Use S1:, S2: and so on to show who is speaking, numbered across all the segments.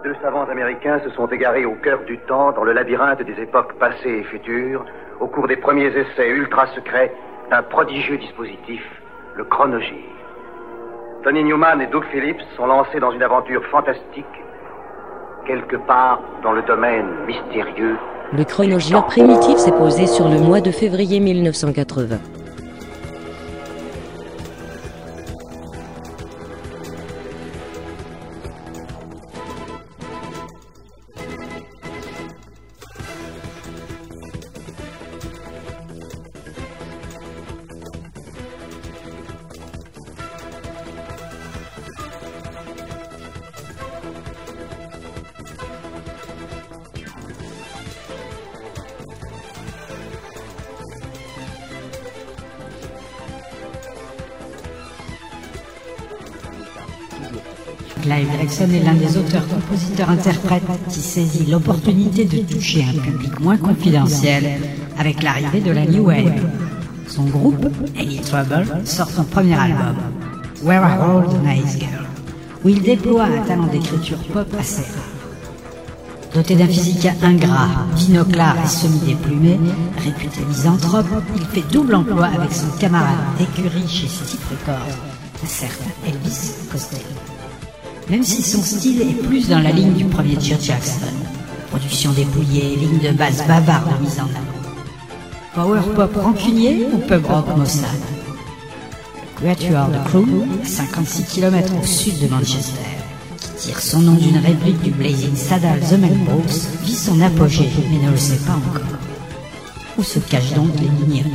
S1: Deux savants américains se sont égarés au cœur du temps, dans le labyrinthe des époques passées et futures, au cours des premiers essais ultra-secrets d'un prodigieux dispositif, le chronogir. Tony Newman et Doug Phillips sont lancés dans une aventure fantastique, quelque part dans le domaine mystérieux.
S2: Le chronogir primitif s'est posé sur le mois de février 1980.
S3: Clive Gregson est l'un des auteurs-compositeurs-interprètes qui saisit l'opportunité de toucher un public moins confidentiel avec l'arrivée de la New Wave. Son groupe, Any Trouble, sort son premier album, Where Are All the Nice Girls, où il déploie un talent d'écriture pop assez rare. Doté d'un physique ingrat, binoclard et semi-déplumé, réputé misanthrope, il fait double emploi avec son camarade d'écurie chez Stiff Records, un certain Elvis Costello. Même si son style est plus dans la ligne du premier Joe Jackson, production dépouillée, ligne de basse bavarde mise en avant. Power pop rancunier ou pub rock maussade? Quatuor de Crew, à 56 km au sud de Manchester, qui tire son nom d'une réplique du Blazing Saddle The Mel Brooks, vit son apogée mais ne le sait pas encore. Où se cachent donc les mignons?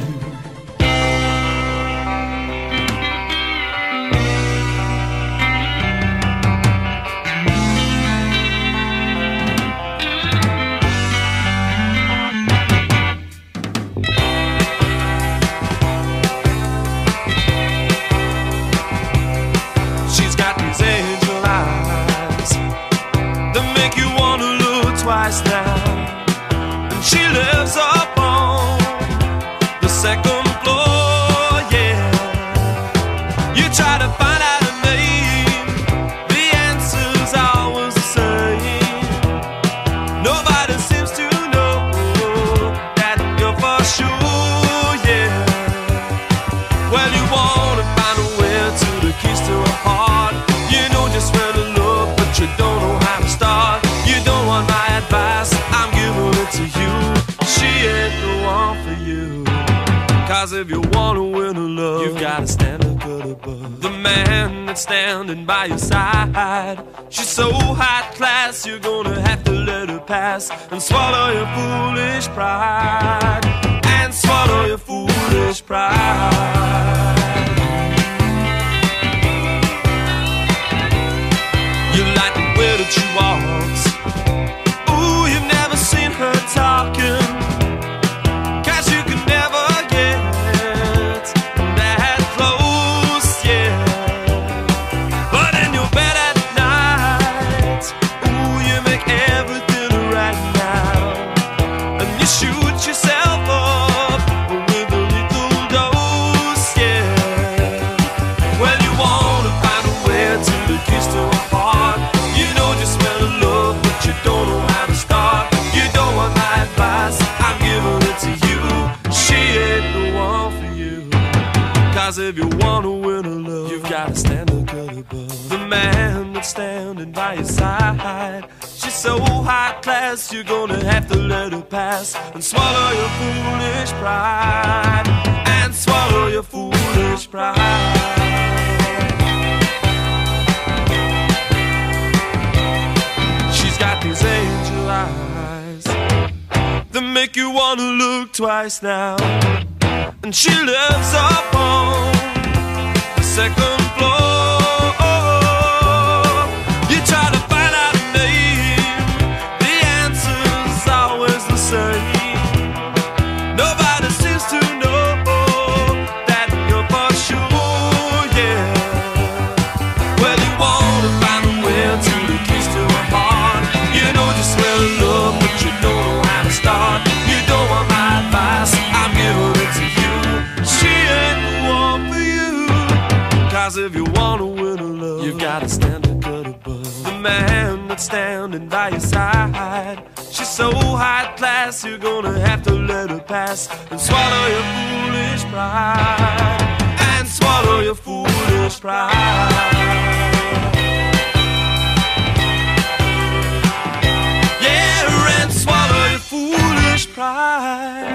S4: If you wanna win her love, you've gotta stand a good above the man that's standing by your side. She's so high class, you're gonna have to let her pass and swallow your foolish pride. And swallow your foolish pride. You like the way that she walks. Ooh, you've never seen her talking. If you wanna win her love, you've gotta stand a good above the man that's standing by your side. She's so high class, you're gonna have to let her pass and swallow your foolish pride. And swallow your foolish pride. She's got these angel eyes that make you wanna look twice now. And she lives up on the second floor. You try to find out her name, the answer's always the same. Nobody seems to know that you're for sure, yeah. Well, you wanna find a way to the keys to her heart. You know just where to look, but you don't know how to start. You don't want my advice, I'm giving it to you. She ain't the one for you. Cause if you wanna win her love, you've gotta stand a good above the man not standing by your side. She's so high class, you're gonna have to let her pass and swallow your foolish pride. And swallow your foolish pride. Yeah, and swallow your foolish pride.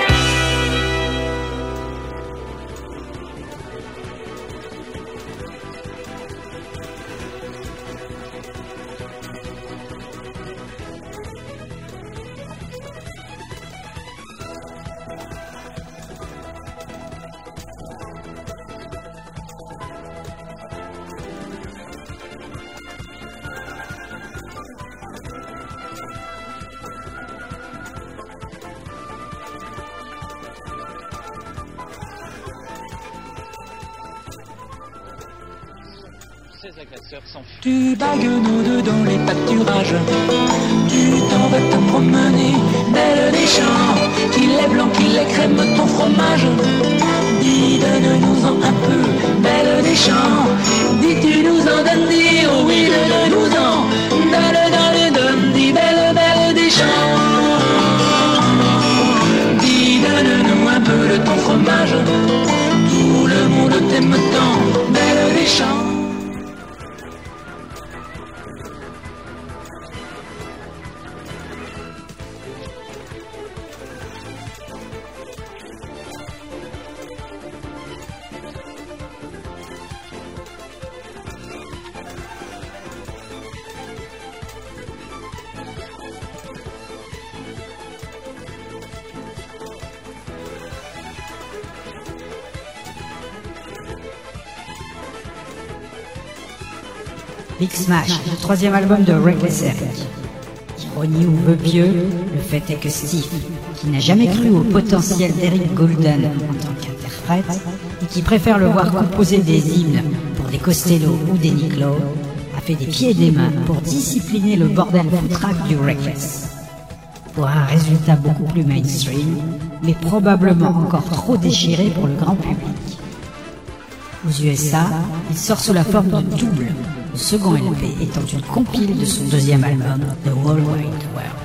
S5: Tu bagues nos deux dans les pâturages. Tu t'en vas te promener, belle des champs. Qu'il est blanc, qu'il est crème, ton fromage. Dis, donne-nous-en un peu, belle des champs. Dis, tu nous en donnes, dis, oh oui, donne-nous-en. Donne, dis, belle, belle des champs. Dis, donne-nous un peu de ton fromage. Tout le monde t'aime tant, belle des champs.
S3: Big Smash, le troisième album de Reckless Eric. Ironie ou vœu pieux, le fait est que Steve, qui n'a jamais cru au potentiel d'Eric Goulden en tant qu'interprète, et qui préfère le voir composer des hymnes pour des Costello ou des Nick Lowe, a fait des pieds et des mains pour discipliner le bordel foutraque du Reckless. Pour un résultat beaucoup plus mainstream, mais probablement encore trop déchiré pour le grand public. Aux USA, il sort sous la forme de double, le second LP étant une compile de son deuxième album, The Whole Wide World.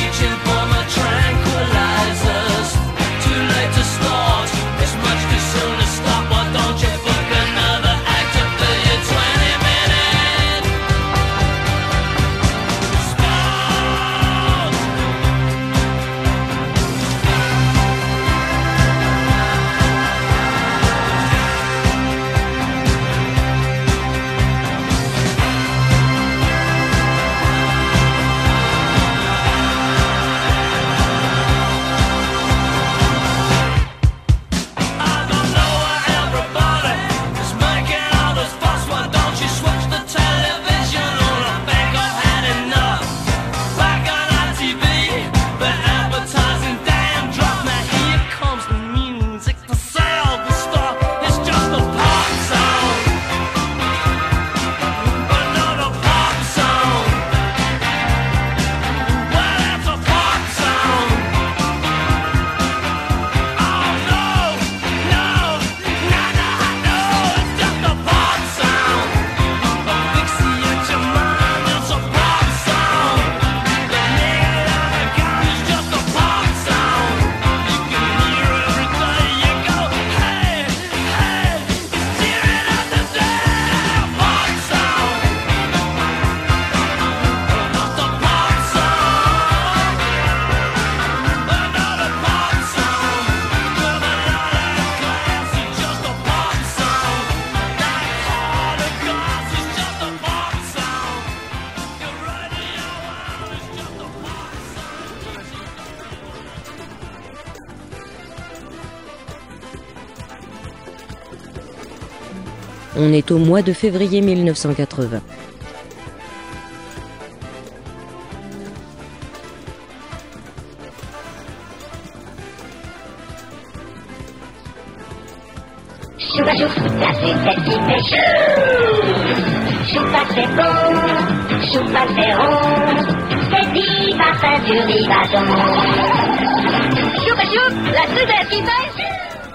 S5: Too late to start, it's much too soon.
S2: On est au mois de février 1980.
S6: Choupa chou, ça c'est celle qui fait chou. Choupa c'est bon, choupa c'est rond, c'est dit parfum du rivadon. Choupa chou, la soupe qui fait chou.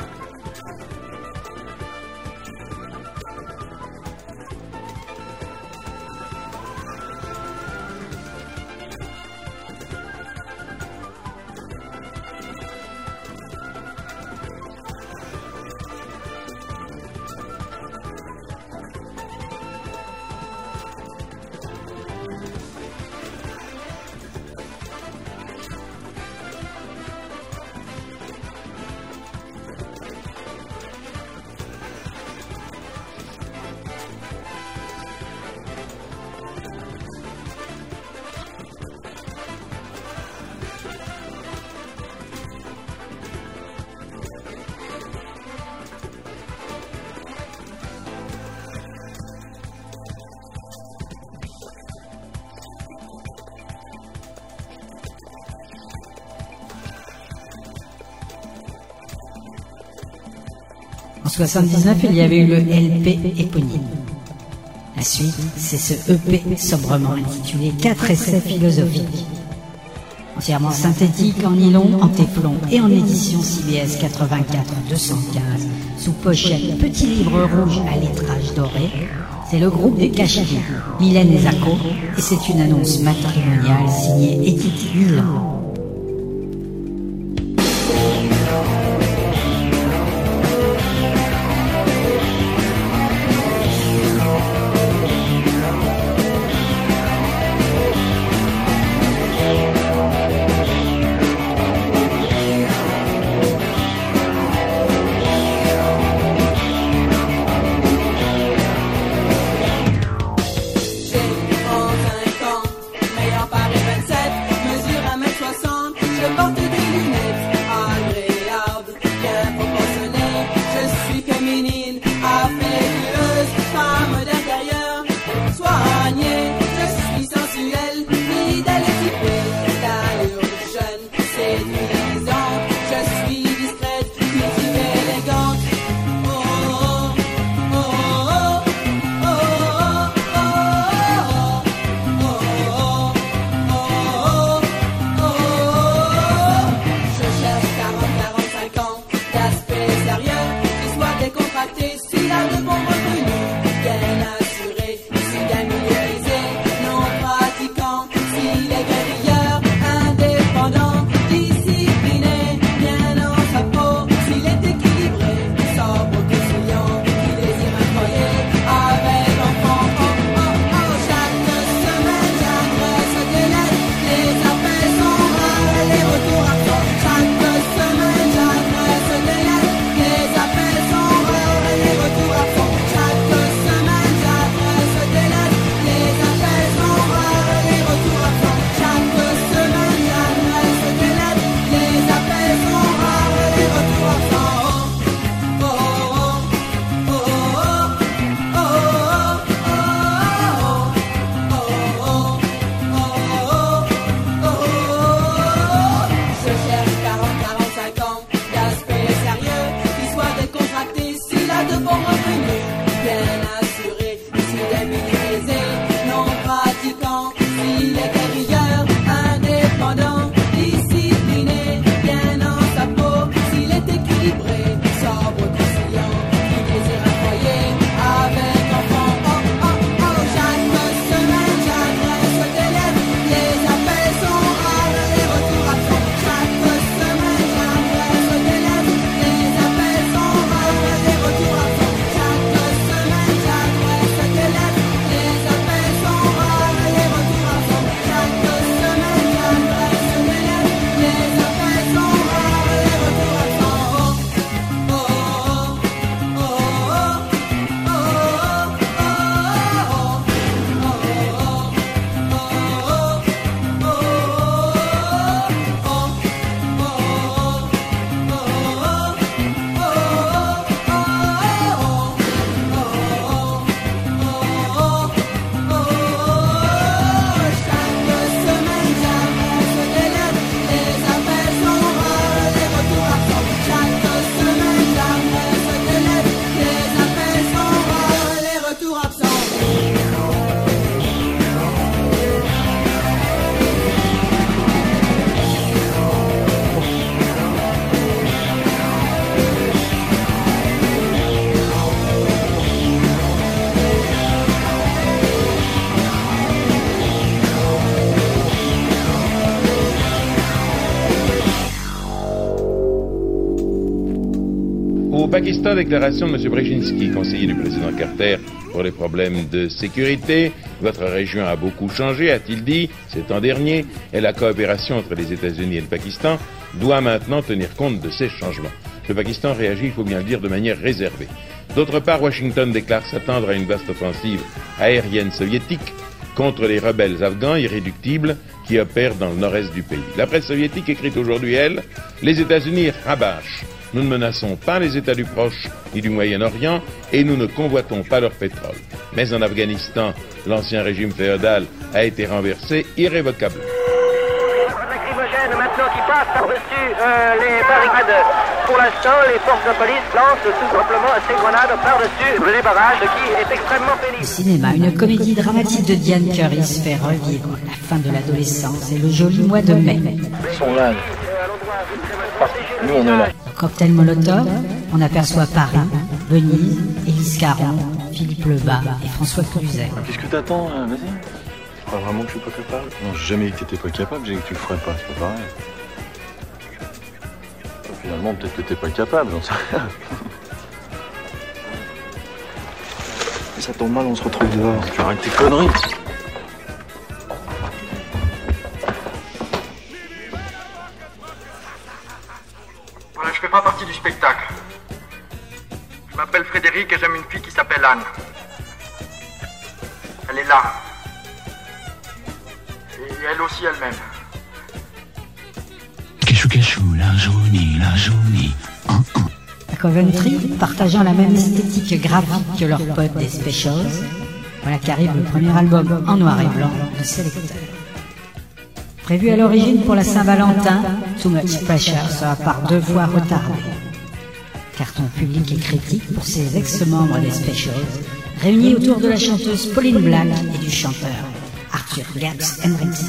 S3: En 79, il y avait eu le LP éponyme. La suite, c'est ce EP sobrement intitulé 4 essais philosophiques. Entièrement synthétique, en nylon, en téflon et en édition CBS 84-215, sous pochette petit livre rouge à lettrage doré. C'est le groupe des Cachetiers, Mylène et Zako, et c'est une annonce matrimoniale signée Edith Milan.
S7: Pakistan, déclaration de M. Brzezinski, conseiller du président Carter pour les problèmes de sécurité. Votre région a beaucoup changé, a-t-il dit, ces temps derniers, et la coopération entre les États-Unis et le Pakistan doit maintenant tenir compte de ces changements. Le Pakistan réagit, il faut bien le dire, de manière réservée. D'autre part, Washington déclare s'attendre à une vaste offensive aérienne soviétique contre les rebelles afghans irréductibles qui opèrent dans le nord-est du pays. La presse soviétique écrit aujourd'hui, elle, les États-Unis rabâchent. Nous ne menaçons pas les États du Proche ni du Moyen-Orient et nous ne convoitons pas leur pétrole. Mais en Afghanistan, l'ancien régime féodal a été renversé irrévocablement.
S8: Lacrymogène maintenant qui passe par-dessus les barricades. Pour l'instant, les forces de police lancent tout simplement ces grenades par-dessus les barrages, ce qui est extrêmement pénible.
S3: Au cinéma, une comédie dramatique de Diane Curris fait revivre la fin de l'adolescence et le joli mois de mai.
S9: Ils sont là. Nous, on est là.
S3: Au cocktail Molotov, on aperçoit Paris, Venise, Élise Caron, Philippe Lebas et François Cluzet.
S9: Qu'est-ce que t'attends, là? Vas-y. Tu crois vraiment que je suis pas capable? Non, j'ai jamais dit que t'étais pas capable, j'ai dit que tu le ferais pas, c'est pas pareil. Finalement, peut-être que t'es pas capable, j'en sais rien. Mais ça tombe mal, on se retrouve dehors. Tu arrêtes tes conneries.
S10: Voilà, je fais pas partie du spectacle. Je m'appelle Frédéric et j'aime une fille qui s'appelle Anne. Elle est là. Et elle aussi elle-même.
S3: À Coventry, partageant la même esthétique graphique que leurs potes des Specials, voilà qu'arrive le premier album en noir et blanc de Selecter. Prévu à l'origine pour la Saint-Valentin, Too Much Pressure sera par 2 fois retardé. Carton public et critique pour ces ex-membres des Specials, réunis autour de la chanteuse Pauline Black et du chanteur Arthur Gaps Hendrickson.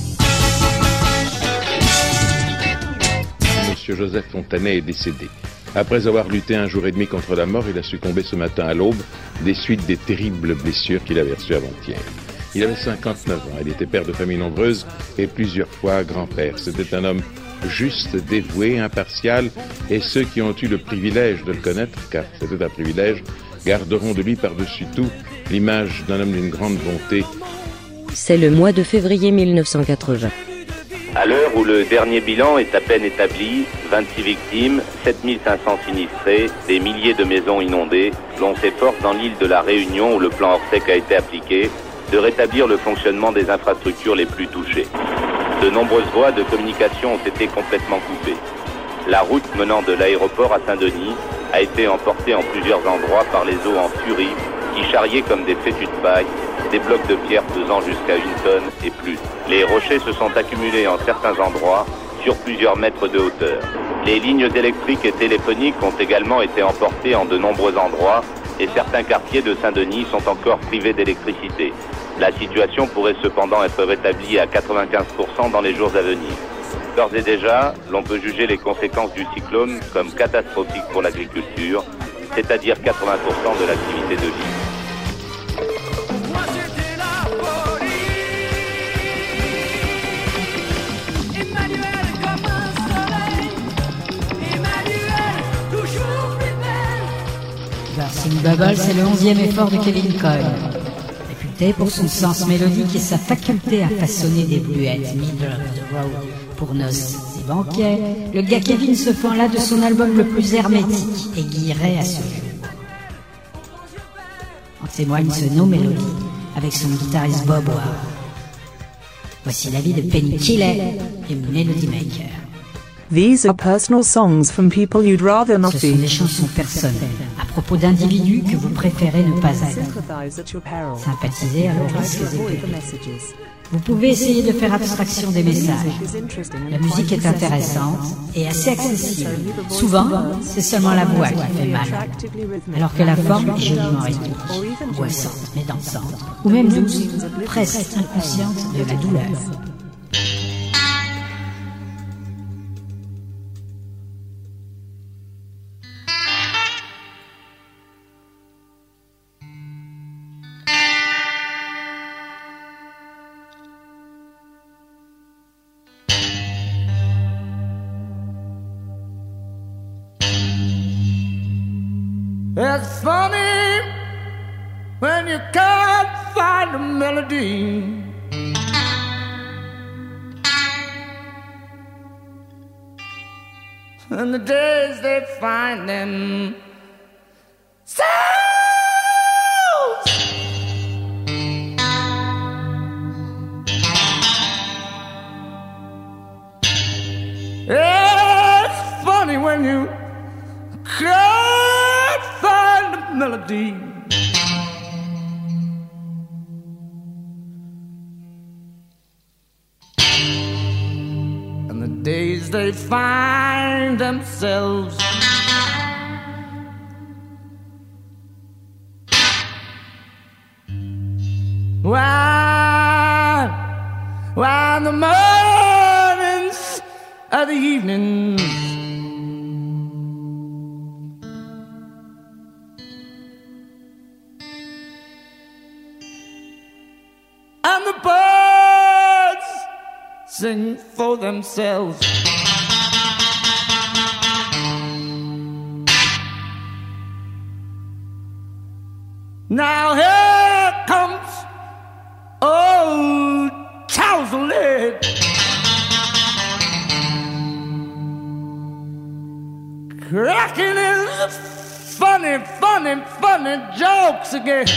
S7: Joseph Fontanet est décédé. Après avoir lutté un jour et demi contre la mort, il a succombé ce matin à l'aube des suites des terribles blessures qu'il avait reçues avant-hier. Il avait 59 ans, il était père de famille nombreuse et plusieurs fois grand-père. C'était un homme juste, dévoué, impartial, et ceux qui ont eu le privilège de le connaître, car c'était un privilège, garderont de lui par-dessus tout l'image d'un homme d'une grande bonté.
S2: C'est le mois de février 1980.
S11: À l'heure où le dernier bilan est à peine établi, 26 victimes, 7500 sinistrés, des milliers de maisons inondées, l'on s'efforce dans l'île de la Réunion où le plan Orsec a été appliqué, de rétablir le fonctionnement des infrastructures les plus touchées. De nombreuses voies de communication ont été complètement coupées. La route menant de l'aéroport à Saint-Denis a été emportée en plusieurs endroits par les eaux en furie qui charriaient comme des fétus de paille des blocs de pierre pesant jusqu'à 1 tonne et plus. Les rochers se sont accumulés en certains endroits sur plusieurs mètres de hauteur. Les lignes électriques et téléphoniques ont également été emportées en de nombreux endroits et certains quartiers de Saint-Denis sont encore privés d'électricité. La situation pourrait cependant être rétablie à 95% dans les jours à venir. D'ores et déjà, l'on peut juger les conséquences du cyclone comme catastrophiques pour l'agriculture, c'est-à-dire 80% de l'activité de l'île.
S3: Dancing Bubble, c'est le 11e effort de Kevin Coyne. Réputé pour son sens mélodique et sa faculté à façonner des bluettes middle of the road pour noces et banquets, le gars Kevin se fend là de son album le plus hermétique et guillerait à ce jour. En témoigne ce No Melody avec son guitariste Bob Ward. Voici l'avis de Penny Keeley et Melody Maker.
S12: These are personal songs from people you'd rather not
S3: be. Ce sont des chansons personnelles à propos d'individus que vous préférez ne pas être. Sympathisez à vos risques et périls. Vous pouvez essayer de faire abstraction des messages. La musique est intéressante et assez accessible. Souvent, c'est seulement la voix qui fait mal, alors que la forme est joliment rythmique, angoissante mais dansante, ou même douce, presque inconsciente de la douleur.
S5: It's funny when you can't find a melody. And the days they find them so it's funny when you can't find the melody. And the days they find themselves while the mornings are the evenings. And the birds sing for themselves. Now here comes old Trouserhead, cracking his funny jokes again.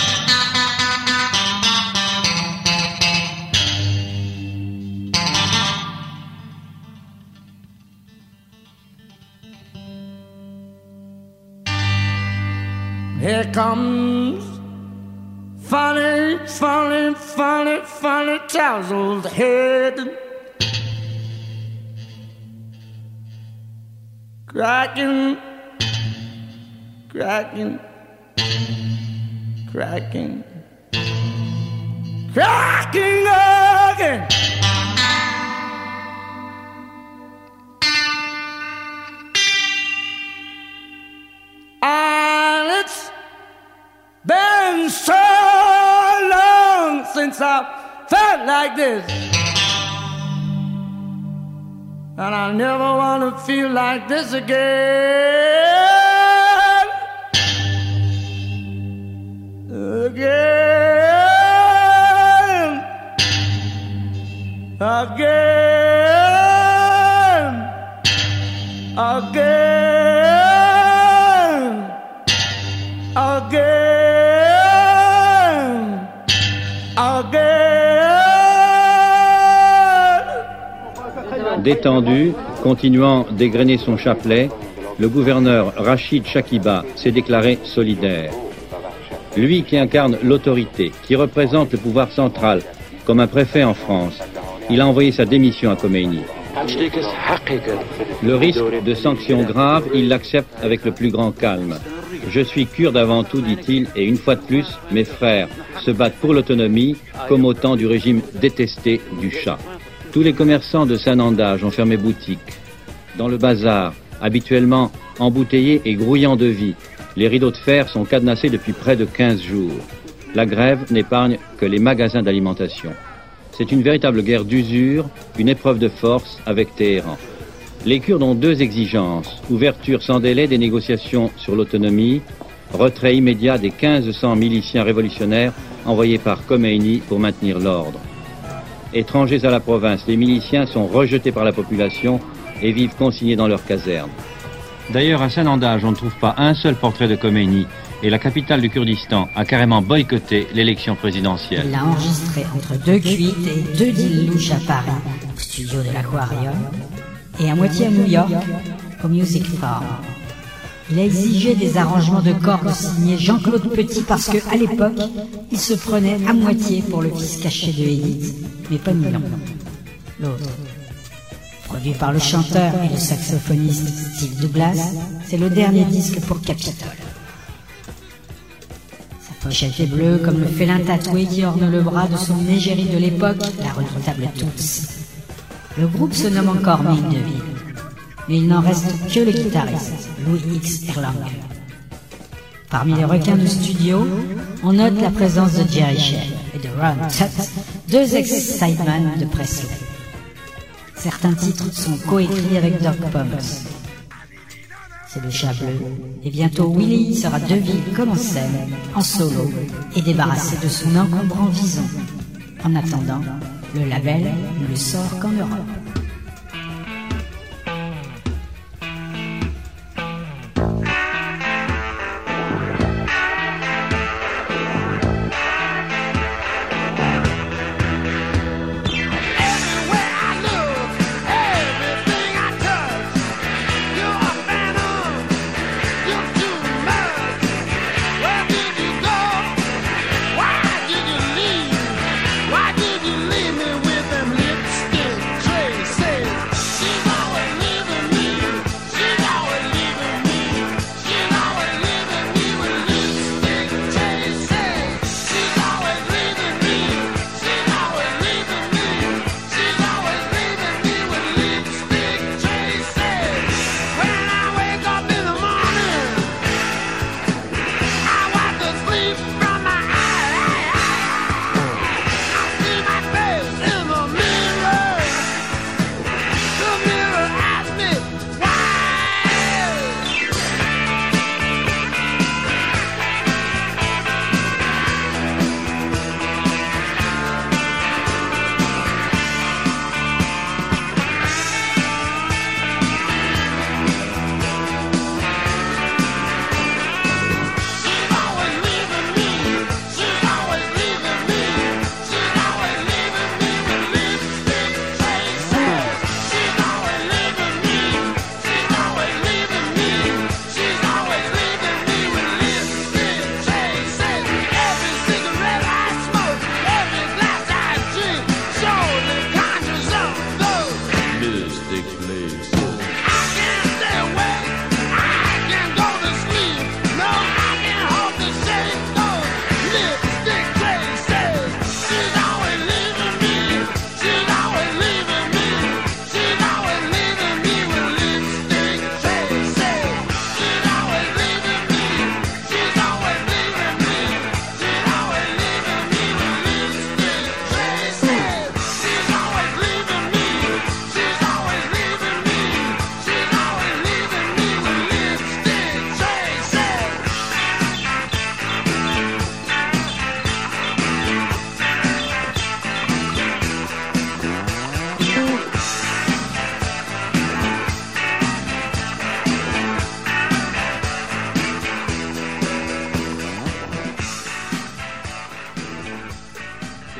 S5: Here comes funny Trouserhead, cracking again. since I felt like this. And I never want to feel like this again. Again. Again. Again. Again. Again.
S13: Détendu, continuant d'égrener son chapelet, le gouverneur Rachid Chakiba s'est déclaré solidaire. Lui qui incarne l'autorité, qui représente le pouvoir central, comme un préfet en France, il a envoyé sa démission à Khomeini. Le risque de sanctions graves, il l'accepte avec le plus grand calme. Je suis kurde avant tout, dit-il, et une fois de plus, mes frères se battent pour l'autonomie comme au temps du régime détesté du Shah. Tous les commerçants de Sanandaj ont fermé boutique. Dans le bazar, habituellement embouteillé et grouillant de vie, les rideaux de fer sont cadenassés depuis près de 15 jours. La grève n'épargne que les magasins d'alimentation. C'est une véritable guerre d'usure, une épreuve de force avec Téhéran. Les Kurdes ont deux exigences: ouverture sans délai des négociations sur l'autonomie, retrait immédiat des 1500 miliciens révolutionnaires envoyés par Khomeini pour maintenir l'ordre. Étrangers à la province, les miliciens sont rejetés par la population et vivent consignés dans leurs casernes. D'ailleurs, à Sanandaj, on ne trouve pas un seul portrait de Khomeini et la capitale du Kurdistan a carrément boycotté l'élection présidentielle.
S3: Il l'a enregistré entre deux cuites et deux deals louches à Paris, au studio de l'Aquarium, et à moitié à New York, au Music Farm. Il a exigé des arrangements de cordes signés Jean-Claude Petit parce que, à l'époque, il se prenait à moitié pour le fils caché de Edith, mais pas Milan. L'autre. Produit par le chanteur et le saxophoniste Steve Douglas, c'est le dernier disque pour Capitol. Sa pochette est bleue comme le félin tatoué qui orne le bras de son égérie de l'époque, la redoutable Toots. Le groupe se nomme encore Main de Ville, mais il n'en reste que le guitariste, Louis X Erlanger. Parmi les requins de studio, on note la présence de Jerry Shell et de Ron Tutt, deux ex-sidemen de Presley. Certains titres sont coécrits avec Doc Pomus. C'est le chat bleu, et bientôt Willie sera de ville comme en scène, en solo, et débarrassé de son encombrant vison. En attendant, le label ne le sort qu'en Europe.
S5: Why did you leave me with them lipstick traces?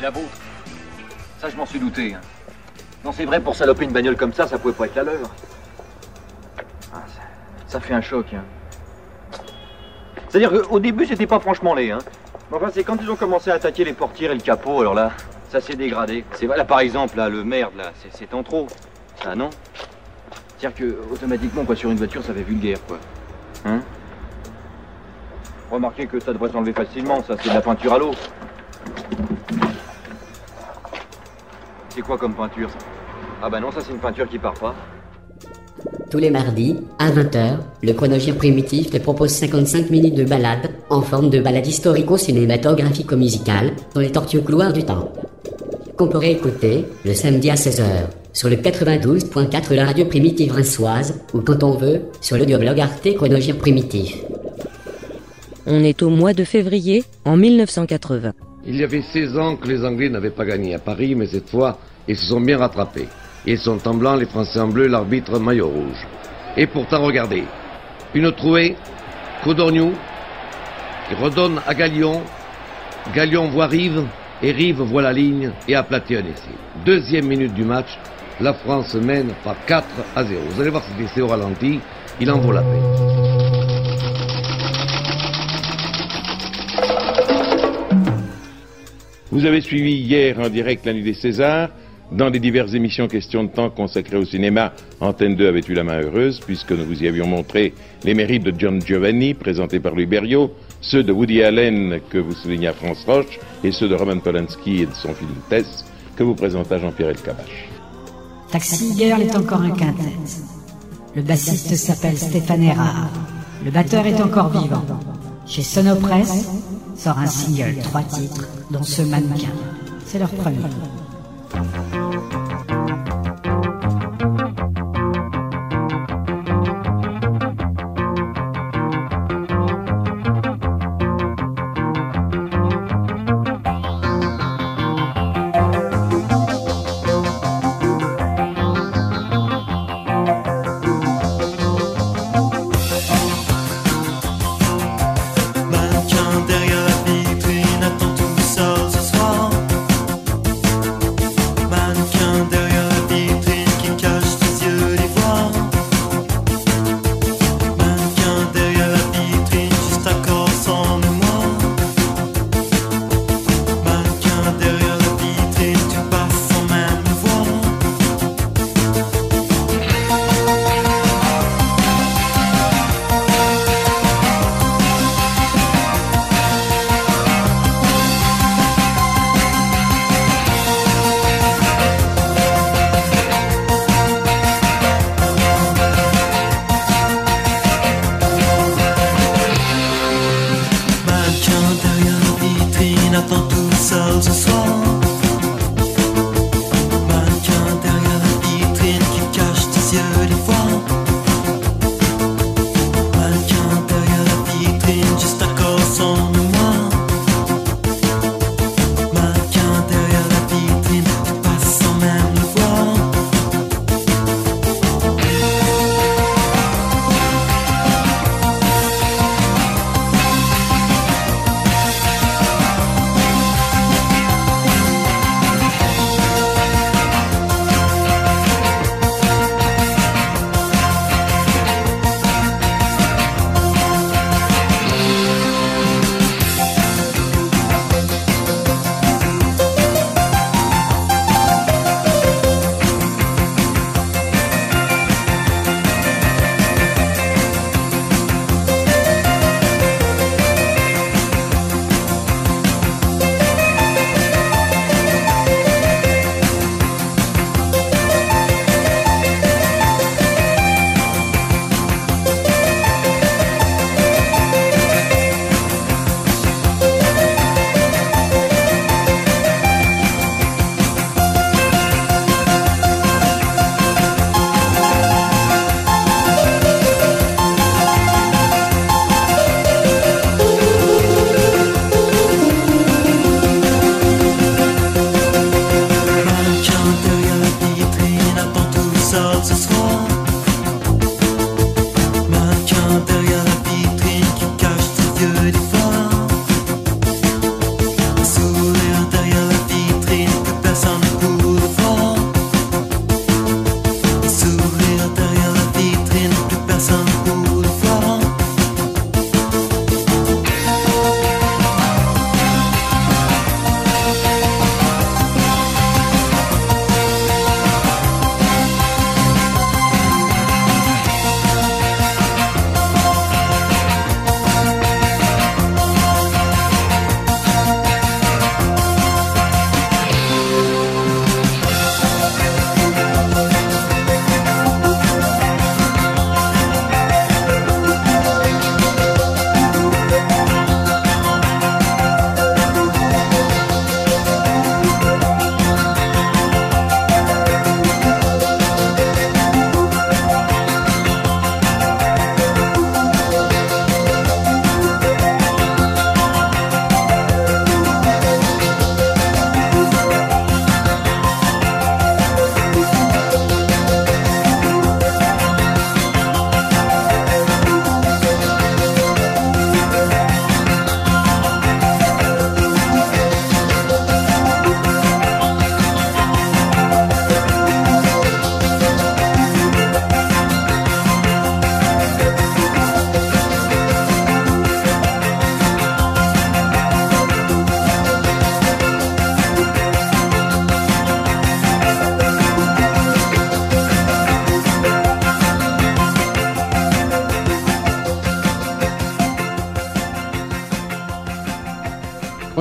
S14: la vôtre. Ça, je m'en suis douté. Hein. Non, c'est vrai, pour saloper une bagnole comme ça pouvait pas être la leur. Ah, ça fait un choc. Hein. C'est-à-dire qu'au début, c'était pas franchement laid. Hein. Mais enfin, c'est quand ils ont commencé à attaquer les portières et le capot, alors là, ça s'est dégradé. C'est là, par exemple, là, le merde, là, c'est en trop. Ça, non? C'est-à-dire que, automatiquement, quoi, sur une voiture, ça fait vulgaire, quoi. Hein? Remarquez que ça devrait s'enlever facilement, ça, c'est de la peinture à l'eau. C'est quoi comme peinture, ça? Ah bah non, ça, c'est une peinture qui part pas.
S15: Tous les mardis, à 20h, le chronogire primitif te propose 55 minutes de balade en forme de balade historico-cinématographico-musicale dans les tortueux couloirs du temps. Qu'on pourrait écouter le samedi à 16h sur le 92.4 de la radio primitive rinçoise ou quand on veut sur l'audioblog Arte Chronogire Primitif.
S2: On est au mois de février en 1980.
S16: Il y avait 16 ans que les Anglais n'avaient pas gagné à Paris, mais cette fois, ils se sont bien rattrapés. Ils sont en blanc, les Français en bleu, l'arbitre maillot rouge. Et pourtant, regardez, une trouée, Codorniou, qui redonne à Galion, Galion voit Rive, et Rive voit la ligne et aplatit un essai. Deuxième minute du match, la France mène par 4-0. Vous allez voir cet essai au ralenti, il en vaut la peine.
S7: Vous avez suivi hier en direct la nuit des Césars. Dans les diverses émissions questions de temps consacrées au cinéma, Antenne 2 avait eu la main heureuse puisque nous vous y avions montré les mérites de John Giovanni, présentés par Louis Berriot, ceux de Woody Allen que vous soulignez à France Roche et ceux de Roman Polanski et de son film Tess que vous présenta Jean-Pierre Elkabbach.
S3: Taxi Girl est encore un quintet. Le bassiste s'appelle Stéphane Erard. Le batteur est encore vivant. Chez Sonopress sort un single, 3 titres, dont ce mannequin. C'est leur premier.
S4: Derrière la vitrine, attends tout seul ce soir. Mannequin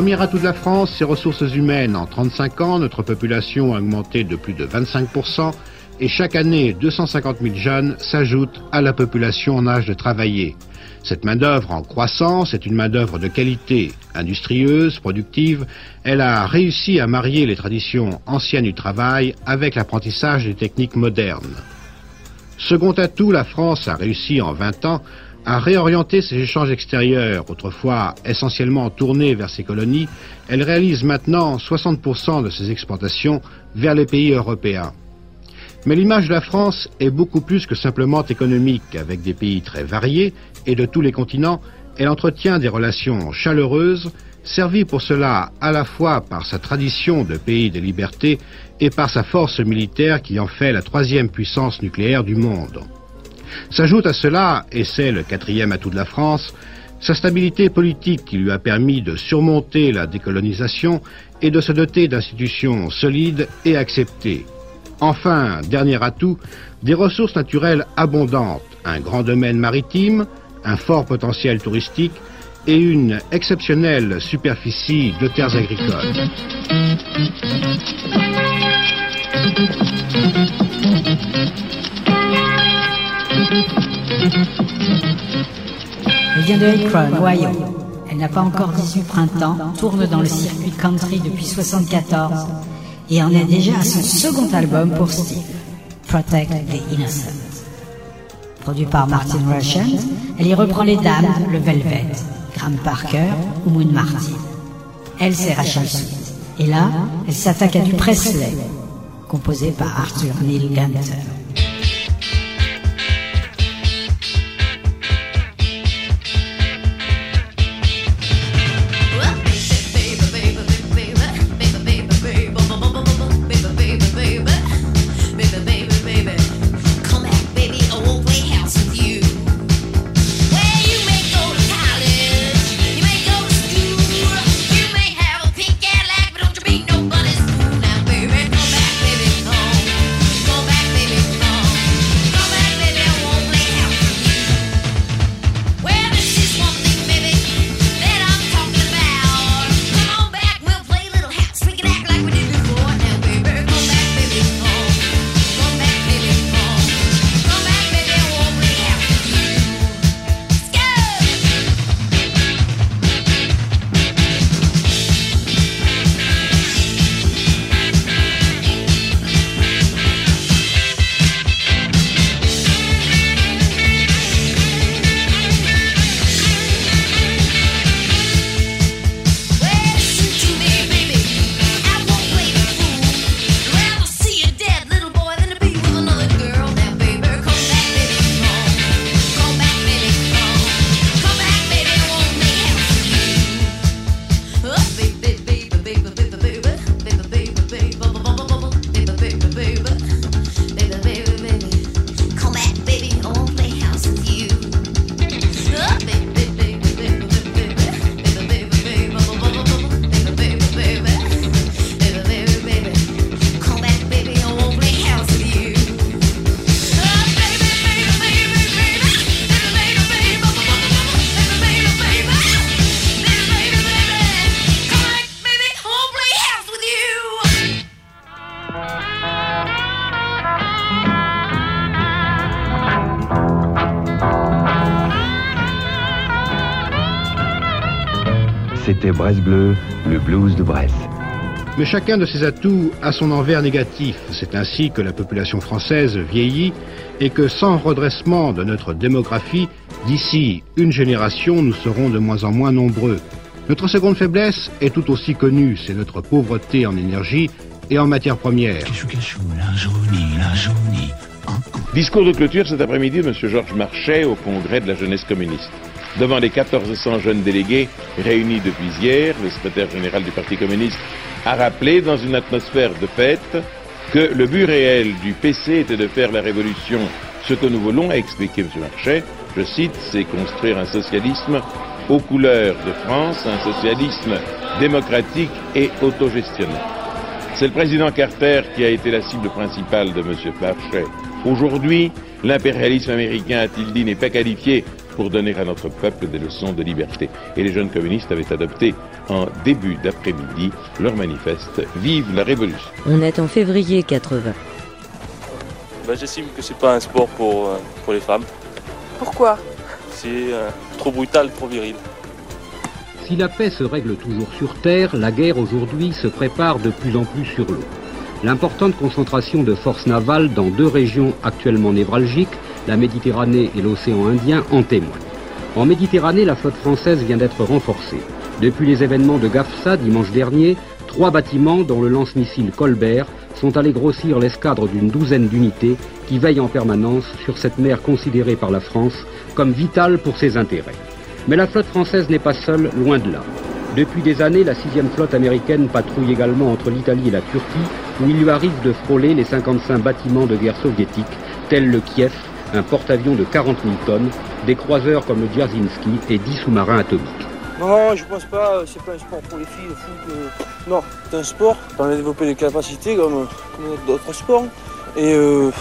S17: Premier atout de la France, ses ressources humaines. En 35 ans, notre population a augmenté de plus de 25% et chaque année, 250 000 jeunes s'ajoutent à la population en âge de travailler. Cette main-d'œuvre en croissance est une main-d'œuvre de qualité, industrieuse, productive. Elle a réussi à marier les traditions anciennes du travail avec l'apprentissage des techniques modernes. Second atout, la France a réussi en 20 ans à réorienter ses échanges extérieurs, autrefois essentiellement tournés vers ses colonies. Elle réalise maintenant 60% de ses exportations vers les pays européens. Mais l'image de la France est beaucoup plus que simplement économique. Avec des pays très variés et de tous les continents, elle entretient des relations chaleureuses, servies pour cela à la fois par sa tradition de pays de liberté et par sa force militaire qui en fait la troisième puissance nucléaire du monde. S'ajoute à cela, et c'est le quatrième atout de la France, sa stabilité politique qui lui a permis de surmonter la décolonisation et de se doter d'institutions solides et acceptées. Enfin, dernier atout, des ressources naturelles abondantes, un grand domaine maritime, un fort potentiel touristique et une exceptionnelle superficie de terres agricoles.
S3: Elle vient de Akron, Ohio. Elle n'a pas encore 18 printemps, tourne dans le circuit country depuis 1974 et en est déjà à son second album pour Steve, Protect the Innocent. Produit par Martin Rushent, elle y reprend les dames, le Velvet, Graham Parker ou Moon Martin. Elle, c'est Rachel Sweet. Et là, elle s'attaque à du Presley, composé par Arthur Neil Gunter.
S18: C'était Brest Bleu, le blues de Brest.
S17: Mais chacun de ces atouts a son envers négatif. C'est ainsi que la population française vieillit et que sans redressement de notre démographie, d'ici une génération, nous serons de moins en moins nombreux. Notre seconde faiblesse est tout aussi connue, c'est notre pauvreté en énergie et en matières premières.
S7: Discours de clôture cet après-midi de M. Georges Marchais au congrès de la jeunesse communiste. Devant les 1400 jeunes délégués réunis depuis hier, le secrétaire général du Parti communiste a rappelé dans une atmosphère de fête que le but réel du PC était de faire la révolution. Ce que nous voulons, a expliqué M. Marchais, je cite, c'est construire un socialisme aux couleurs de France, un socialisme démocratique et autogestionnaire. C'est le président Carter qui a été la cible principale de M. Marchais. Aujourd'hui, l'impérialisme américain, a-t-il dit, n'est pas qualifié pour donner à notre peuple des leçons de liberté. Et les jeunes communistes avaient adopté en début d'après-midi leur manifeste « Vive la Révolution ».
S2: On est en février 80.
S19: J'estime que c'est pas un sport pour les femmes.
S20: Pourquoi?
S19: C'est trop brutal, trop viril.
S21: Si la paix se règle toujours sur Terre, la guerre aujourd'hui se prépare de plus en plus sur l'eau. L'importante concentration de forces navales dans deux régions actuellement névralgiques, la Méditerranée et l'océan Indien, en témoignent. En Méditerranée, la flotte française vient d'être renforcée. Depuis les événements de Gafsa dimanche dernier, 3 bâtiments, dont le lance-missile Colbert, sont allés grossir l'escadre d'une douzaine d'unités qui veillent en permanence sur cette mer considérée par la France comme vitale pour ses intérêts. Mais la flotte française n'est pas seule, loin de là. Depuis des années, la 6e flotte américaine patrouille également entre l'Italie et la Turquie, où il lui arrive de frôler les 55 bâtiments de guerre soviétiques, tels le Kiev, un porte-avions de 40 000 tonnes, des croiseurs comme le Dzerzhinsky et 10 sous-marins atomiques.
S22: Non, je pense pas, c'est pas un sport pour les filles, le foot. Non, c'est un sport, ça permet de développer des capacités comme d'autres sports. Et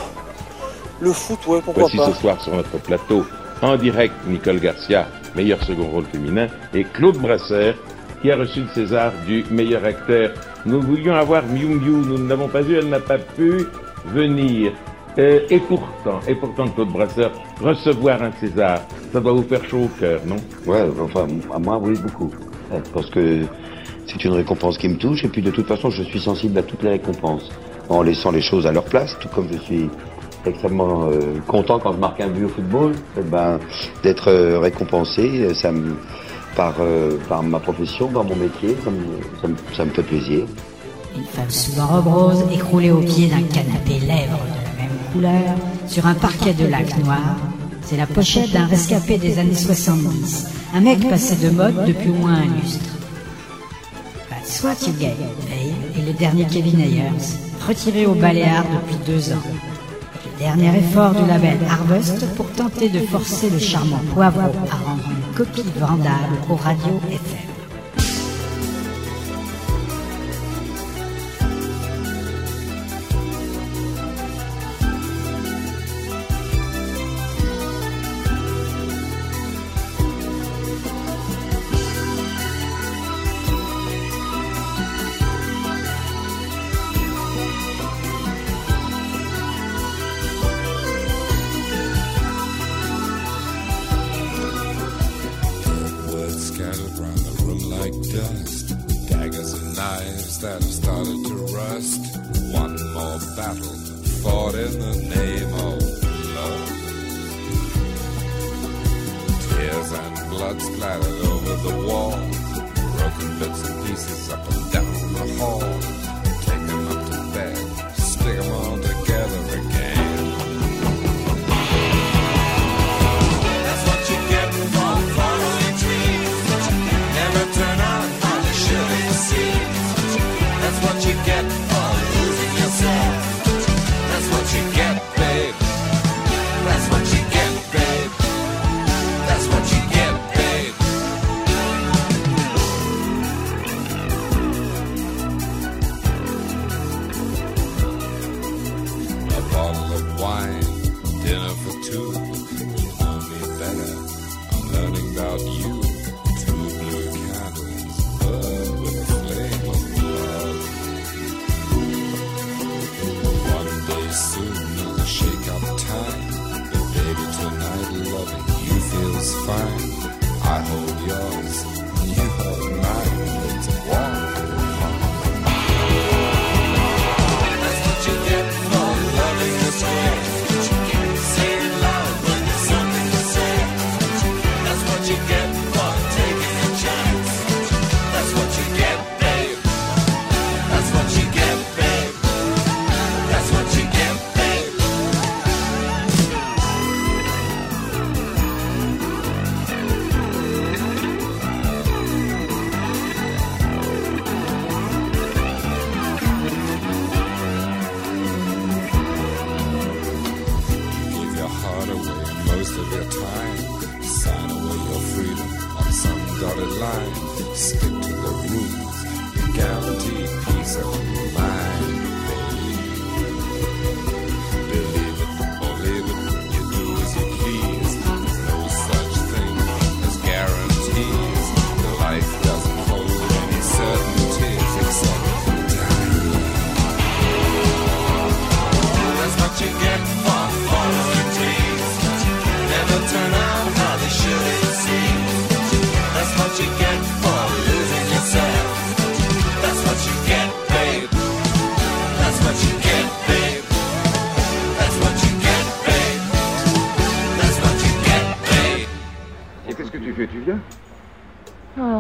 S22: le foot, ouais, pourquoi
S7: Voici
S22: pas.
S7: Ce soir sur notre plateau, en direct, Nicole Garcia, meilleur second rôle féminin, et Claude Brasseur, qui a reçu le César du meilleur acteur. Nous voulions avoir Miu Miu, nous ne l'avons pas eu, elle n'a pas pu venir. Et pourtant, Claude Brasseur, recevoir un César, ça doit vous faire chaud au cœur, non?
S23: Ouais, enfin, à moi, oui, beaucoup. Parce que c'est une récompense qui me touche, et puis de toute façon, je suis sensible à toutes les récompenses, en laissant les choses à leur place, tout comme je suis extrêmement content quand je marque un but au football, d'être récompensé, par ma profession, dans mon métier, ça me fait plaisir.
S3: Une femme sous la robe rose, écroulée au pied d'un canapé lèvres de la même couleur, sur un parquet de lac noir. C'est la pochette d'un rescapé des années 70. Un mec passé de mode depuis au moins un lustre. That's what you get, babe, et le dernier Kevin Ayers, retiré au Baléares depuis 2 ans. Le dernier effort du label Harvest pour tenter de forcer le charmant Poivreau à rendre une copie vendable aux radios FM.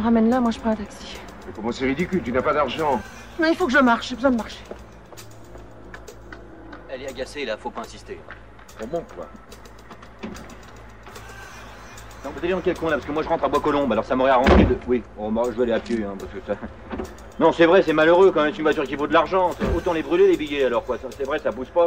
S1: ramène-la, moi je prends un taxi.
S6: Mais comment c'est ridicule, tu n'as pas d'argent.
S1: Non, il faut que je marche, j'ai besoin de marcher.
S14: Elle est agacée, là, faut pas insister.
S6: On monte, quoi.
S14: Non, vous allez dans quel coin, là? Parce que moi, je rentre à Bois-Colombes, alors ça m'aurait arrangé de... Oui, bon, moi, je vais aller à pied, hein, parce que ça... Non, c'est vrai, c'est malheureux, quand même, c'est une voiture qui vaut de l'argent. Autant les brûler, les billets, alors, quoi. C'est vrai, ça pousse pas.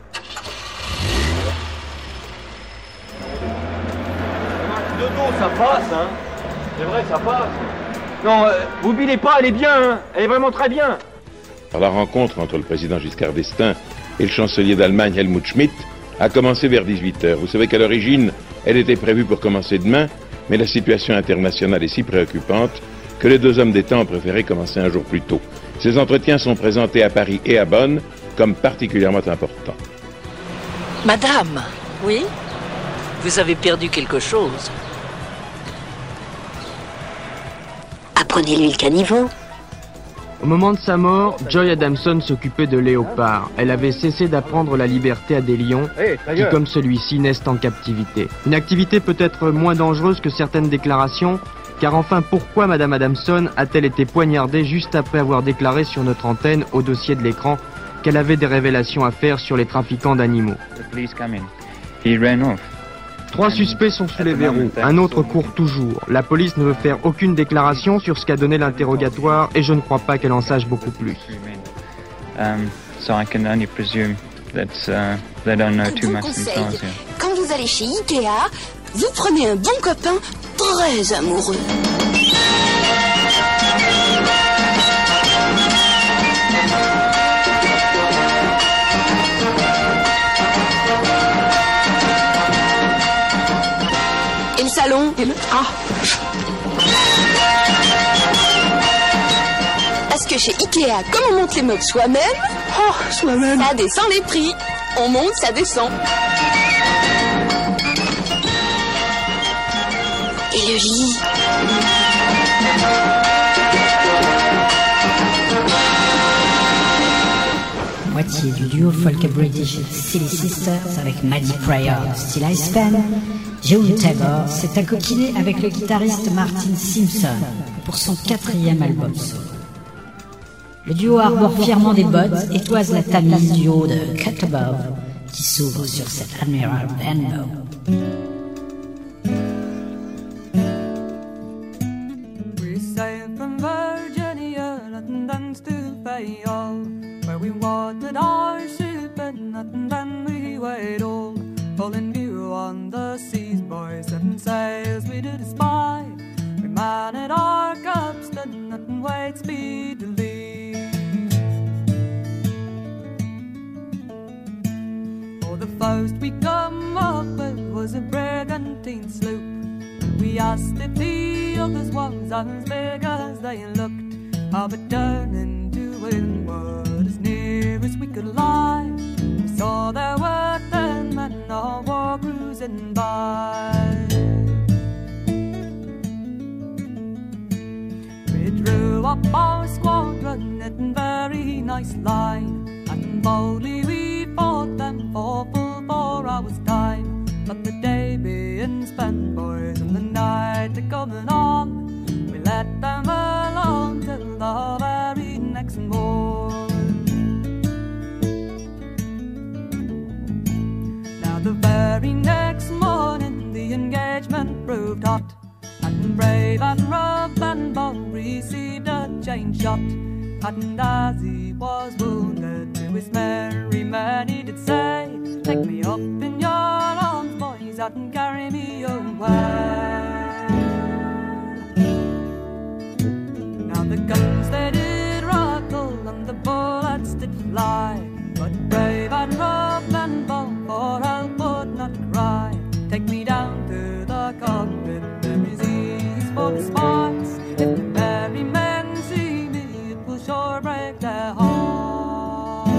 S14: De dos, ça passe, hein. C'est vrai, ça passe. Non, vous bilez pas, elle est bien, hein. Elle est vraiment très bien.
S7: Alors, la rencontre entre le président Giscard d'Estaing et le chancelier d'Allemagne Helmut Schmidt a commencé vers 18h. Vous savez qu'à l'origine, elle était prévue pour commencer demain, mais la situation internationale est si préoccupante que les deux hommes d'État ont préféré commencer un jour plus tôt. Ces entretiens sont présentés à Paris et à Bonn comme particulièrement importants.
S20: Madame,
S2: Oui?
S20: vous avez perdu quelque chose.
S2: Apprenez-lui le caniveau.
S24: Au moment de sa mort, Joy Adamson s'occupait de Léopard. Elle avait cessé d'apprendre la liberté à des lions qui, comme celui-ci, naissent en captivité. Une activité peut-être moins dangereuse que certaines déclarations, car enfin, pourquoi Madame Adamson a-t-elle été poignardée juste après avoir déclaré sur notre antenne, au dossier de l'écran, qu'elle avait des révélations à faire sur les trafiquants d'animaux? Trois suspects sont sous les verrous, un autre court toujours. La police ne veut faire aucune déclaration sur ce qu'a donné l'interrogatoire et je ne crois pas qu'elle en sache beaucoup plus.
S25: So I can only presume that they don't know too much themselves here.
S26: Quand vous allez chez Ikea, vous prenez un bon copain très amoureux. Et le salon et le... Parce que chez Ikea, comme on monte les meubles soi-même, ça descend les prix. On monte, ça descend. Et le lit.
S3: Moitié du duo folk british Silly Sisters avec Maddie Pryor, Still I Spend. June Tabor s'est accoquiné avec le guitariste Martin Simpson pour son 4e album solo. Le duo arbore fièrement des bottes et toise la tamise du haut de Cut Above qui s'ouvre sur cet Admiral Benbow.
S27: We sailed from Virginia, London to Fayal, where we watered our ship and then we weighed all in view on the seas, boys, 7 sails we did espy. We manted our capstan and weighed speedily. Oh, the first we come up with was a brigantine sloop. We asked if the others was as big as they looked, but turning to windward as near as we could lie, we saw there were 10 men all war cruising by. We drew up our squadron in very nice line, and boldly we fought them for full 4 hours' time. But the day being spent, boys, and the night coming on, we let them alone till the very next morn. Now the very next morning the engagement proved hot, and brave Admiral Benbow received a chain shot. And as he was wounded to his merry men he did say, take me up in your arms, boys, and carry me away. Now the guns they did rattle and the bullets did fly, but brave Admiral Benbow for help would not cry. Take me down to the cockpit, there is ease for the sparks. If the merry men see me, it will sure break their hearts.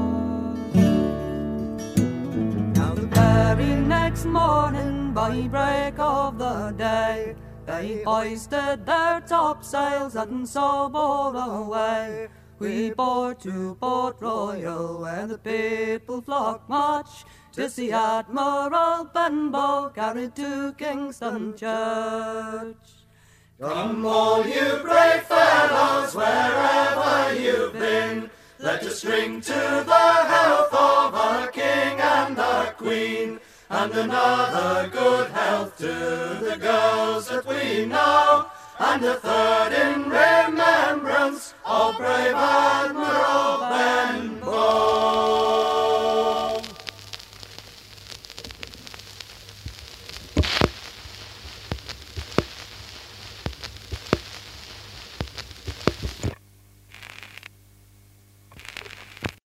S27: Now the very next morning, by break of the day, they hoisted their topsails and so bore away. We bore to Port Royal, where the people flocked much to see Admiral Benbow carried to Kingston Church.
S5: Come all you brave fellows, wherever you've been, let us drink to the health of our King and our Queen, and another good health to the girls that we know, and a third in remembrance of brave Admiral Ben.